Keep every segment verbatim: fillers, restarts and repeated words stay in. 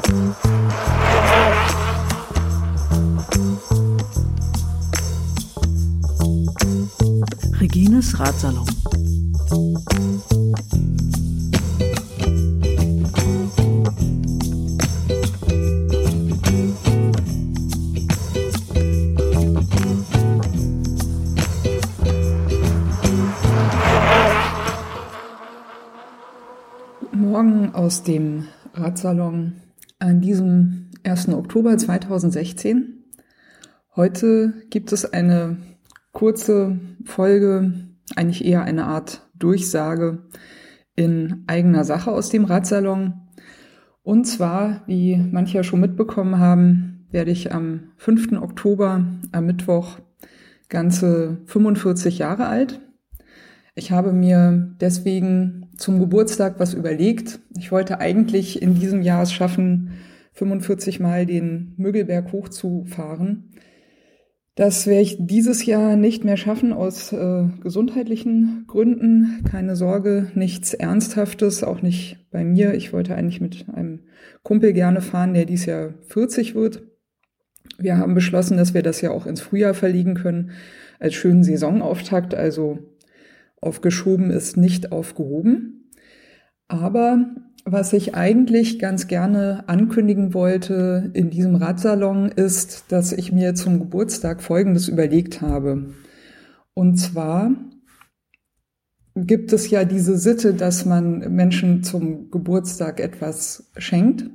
Regines Radsalon. Morgen aus dem Radsalon an diesem ersten Oktober zweitausendsechzehn. Heute gibt es eine kurze Folge, eigentlich eher eine Art Durchsage in eigener Sache aus dem Radsalon. Und zwar, wie manche ja schon mitbekommen haben, werde ich am fünften Oktober, am Mittwoch, ganze fünfundvierzig Jahre alt. Ich habe mir deswegen zum Geburtstag was überlegt. Ich wollte eigentlich in diesem Jahr es schaffen, fünfundvierzig Mal den Mögelberg hochzufahren. Das werde ich dieses Jahr nicht mehr schaffen aus äh, gesundheitlichen Gründen. Keine Sorge, nichts Ernsthaftes, auch nicht bei mir. Ich wollte eigentlich mit einem Kumpel gerne fahren, der dieses Jahr vierzig wird. Wir haben beschlossen, dass wir das ja auch ins Frühjahr verlegen können, als schönen Saisonauftakt. Also aufgeschoben ist nicht aufgehoben. Aber was ich eigentlich ganz gerne ankündigen wollte in diesem Radsalon ist, dass ich mir zum Geburtstag Folgendes überlegt habe. Und zwar gibt es ja diese Sitte, dass man Menschen zum Geburtstag etwas schenkt.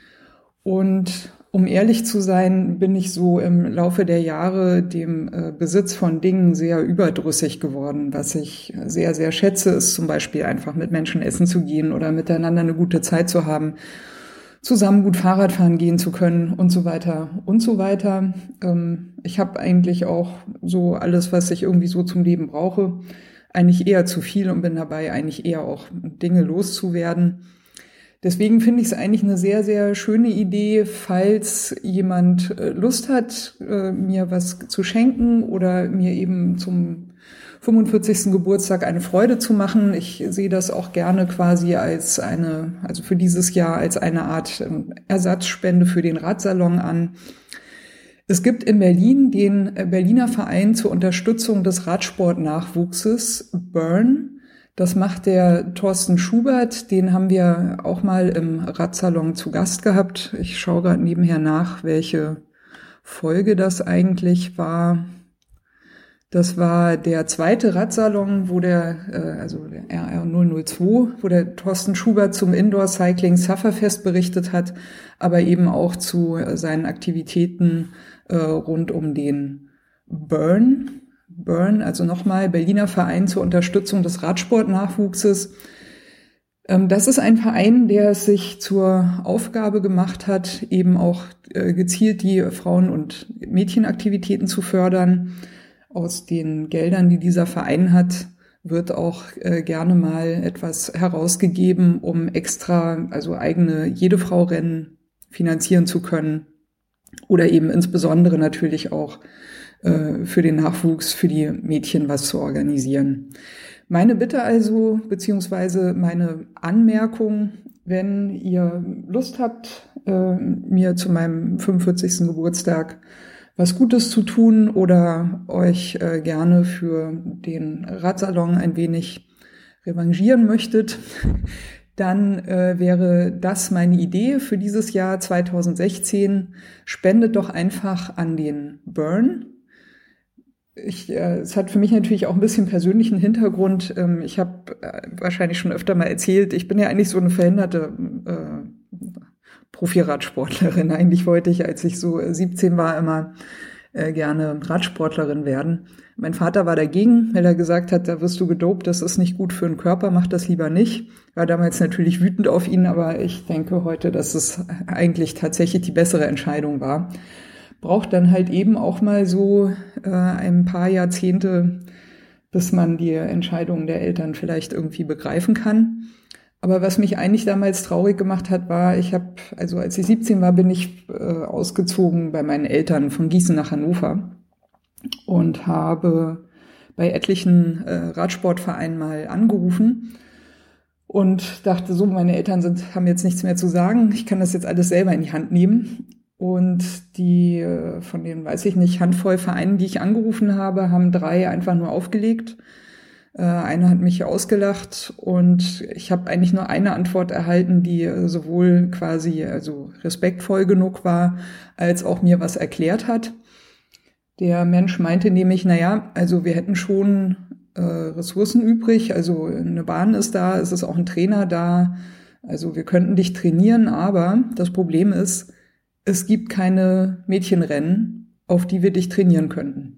Und um ehrlich zu sein, bin ich so im Laufe der Jahre dem äh, Besitz von Dingen sehr überdrüssig geworden. Was ich sehr, sehr schätze, ist zum Beispiel einfach mit Menschen essen zu gehen oder miteinander eine gute Zeit zu haben, zusammen gut Fahrrad fahren gehen zu können und so weiter und so weiter. Ähm, ich habe eigentlich auch so alles, was ich irgendwie so zum Leben brauche, eigentlich eher zu viel und bin dabei eigentlich eher auch Dinge loszuwerden. Deswegen finde ich es eigentlich eine sehr, sehr schöne Idee, falls jemand Lust hat, mir was zu schenken oder mir eben zum fünfundvierzigsten Geburtstag eine Freude zu machen. Ich sehe das auch gerne quasi als eine, also für dieses Jahr als eine Art Ersatzspende für den Radsalon an. Es gibt in Berlin den Berliner Verein zur Unterstützung des Radsportnachwuchses, Burn. Das macht der Thorsten Schubert, den haben wir auch mal im Radsalon zu Gast gehabt. Ich schaue gerade nebenher nach, welche Folge das eigentlich war. Das war der zweite Radsalon, wo der, also der R R null null zwei, wo der Thorsten Schubert zum Indoor Cycling Sufferfest berichtet hat, aber eben auch zu seinen Aktivitäten äh, rund um den Burn. Burn, also nochmal Berliner Verein zur Unterstützung des Radsportnachwuchses. Das ist ein Verein, der es sich zur Aufgabe gemacht hat, eben auch gezielt die Frauen- und Mädchenaktivitäten zu fördern. Aus den Geldern, die dieser Verein hat, wird auch gerne mal etwas herausgegeben, um extra, also eigene Jede-Frau-Rennen finanzieren zu können. Oder eben insbesondere natürlich auch für den Nachwuchs, für die Mädchen was zu organisieren. Meine Bitte also, beziehungsweise meine Anmerkung, wenn ihr Lust habt, äh, mir zu meinem fünfundvierzigsten Geburtstag was Gutes zu tun oder euch äh, gerne für den Radsalon ein wenig revanchieren möchtet, dann äh, wäre das meine Idee für dieses Jahr zweitausendsechzehn. Spendet doch einfach an den Burn. Ich, äh, es hat für mich natürlich auch ein bisschen persönlichen Hintergrund. Ähm, ich habe äh, wahrscheinlich schon öfter mal erzählt, ich bin ja eigentlich so eine verhinderte äh, Profi-Radsportlerin. Eigentlich wollte ich, als ich so siebzehn war, immer äh, gerne Radsportlerin werden. Mein Vater war dagegen, weil er gesagt hat, da wirst du gedopt, das ist nicht gut für den Körper, mach das lieber nicht. War damals natürlich wütend auf ihn, aber ich denke heute, dass es eigentlich tatsächlich die bessere Entscheidung war. Braucht dann halt eben auch mal so äh, ein paar Jahrzehnte, bis man die Entscheidungen der Eltern vielleicht irgendwie begreifen kann. Aber was mich eigentlich damals traurig gemacht hat, war, ich habe, also als ich siebzehn war, bin ich äh, ausgezogen bei meinen Eltern von Gießen nach Hannover und habe bei etlichen äh, Radsportvereinen mal angerufen und dachte so, meine Eltern sind, haben jetzt nichts mehr zu sagen, ich kann das jetzt alles selber in die Hand nehmen. Und die, von den, weiß ich nicht, Handvoll Vereinen, die ich angerufen habe, haben drei einfach nur aufgelegt. Einer hat mich ausgelacht und ich habe eigentlich nur eine Antwort erhalten, die sowohl quasi also respektvoll genug war, als auch mir was erklärt hat. Der Mensch meinte nämlich, naja, also wir hätten schon äh, Ressourcen übrig, also eine Bahn ist da, es ist auch ein Trainer da, also wir könnten dich trainieren, aber das Problem ist, es gibt keine Mädchenrennen, auf die wir dich trainieren könnten.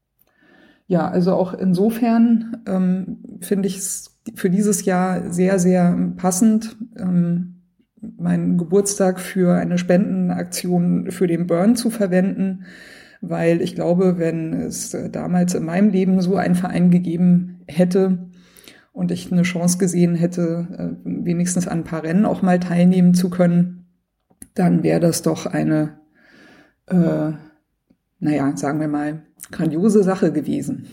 Ja, also auch insofern ähm, finde ich es für dieses Jahr sehr, sehr passend, ähm, meinen Geburtstag für eine Spendenaktion für den Burn zu verwenden, weil ich glaube, wenn es damals in meinem Leben so einen Verein gegeben hätte und ich eine Chance gesehen hätte, äh, wenigstens an ein paar Rennen auch mal teilnehmen zu können, dann wäre das doch eine, äh, naja, sagen wir mal, grandiose Sache gewesen.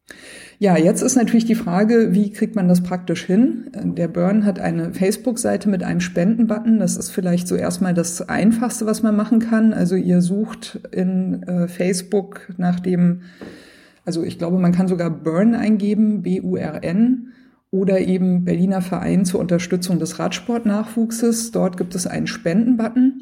Ja, jetzt ist natürlich die Frage, wie kriegt man das praktisch hin? Der Burn hat eine Facebook-Seite mit einem Spendenbutton. Das ist vielleicht so erstmal das Einfachste, was man machen kann. Also ihr sucht in äh, Facebook nach dem, also ich glaube, man kann sogar Burn eingeben, B U R N, oder eben Berliner Verein zur Unterstützung des Radsportnachwuchses. Dort gibt es einen Spendenbutton.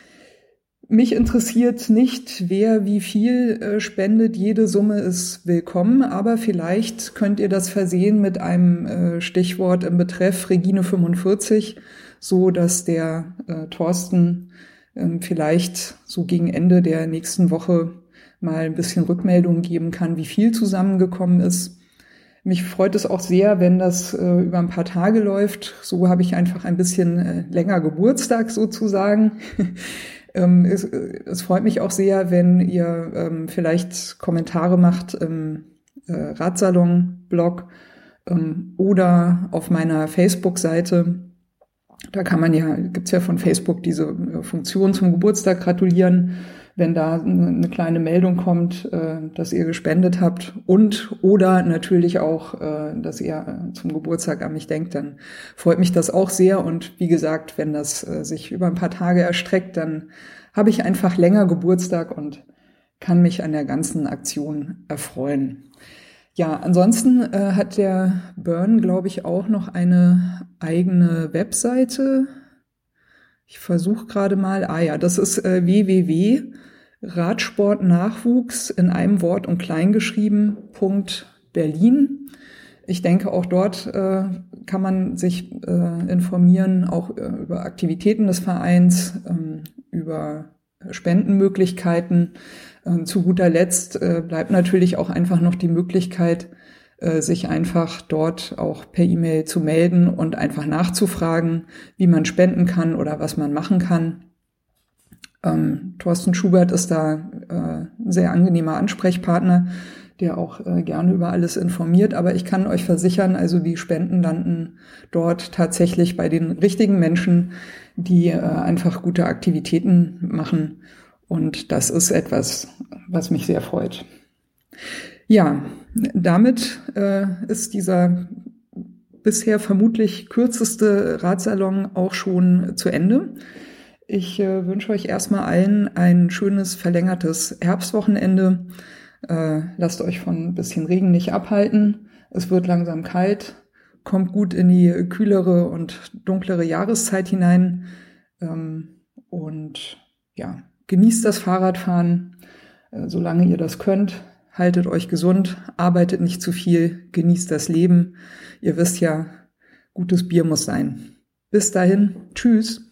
Mich interessiert nicht, wer wie viel äh, spendet. Jede Summe ist willkommen, aber vielleicht könnt ihr das versehen mit einem äh, Stichwort im Betreff Regine fünfundvierzig, so dass der äh, Thorsten äh, vielleicht so gegen Ende der nächsten Woche mal ein bisschen Rückmeldung geben kann, wie viel zusammengekommen ist. Mich freut es auch sehr, wenn das äh, über ein paar Tage läuft. So habe ich einfach ein bisschen äh, länger Geburtstag sozusagen. Ähm, es, es freut mich auch sehr, wenn ihr ähm, vielleicht Kommentare macht im äh, Radsalon-Blog ähm, oder auf meiner Facebook-Seite. Da kann man ja, gibt's ja von Facebook diese äh, Funktion zum Geburtstag gratulieren, wenn da eine kleine Meldung kommt, äh, dass ihr gespendet habt und oder natürlich auch, äh, dass ihr äh, zum Geburtstag an mich denkt, dann freut mich das auch sehr. Und wie gesagt, wenn das äh, sich über ein paar Tage erstreckt, dann habe ich einfach länger Geburtstag und kann mich an der ganzen Aktion erfreuen. Ja, ansonsten äh, hat der Burn, glaube ich, auch noch eine eigene Webseite. Ich versuche gerade mal, ah ja, das ist äh, w w w punkt radsportnachwuchs in einem Wort und klein geschrieben Punkt Berlin. Ich denke, auch dort äh, kann man sich äh, informieren, auch äh, über Aktivitäten des Vereins, ähm, über Spendenmöglichkeiten. Äh, zu guter Letzt äh, bleibt natürlich auch einfach noch die Möglichkeit, äh, sich einfach dort auch per E-Mail zu melden und einfach nachzufragen, wie man spenden kann oder was man machen kann. Ähm, Thorsten Schubert ist da äh, ein sehr angenehmer Ansprechpartner, der auch äh, gerne über alles informiert. Aber ich kann euch versichern, also die Spenden landen dort tatsächlich bei den richtigen Menschen, die äh, einfach gute Aktivitäten machen. Und das ist etwas, was mich sehr freut. Ja, damit äh, ist dieser bisher vermutlich kürzeste Radsalon auch schon zu Ende. Ich äh, wünsche euch erstmal allen ein schönes, verlängertes Herbstwochenende. Äh, lasst euch von ein bisschen Regen nicht abhalten. Es wird langsam kalt. Kommt gut in die kühlere und dunklere Jahreszeit hinein. Ähm, und ja, genießt das Fahrradfahren, äh, solange ihr das könnt. Haltet euch gesund, arbeitet nicht zu viel, genießt das Leben. Ihr wisst ja, gutes Bier muss sein. Bis dahin, tschüss.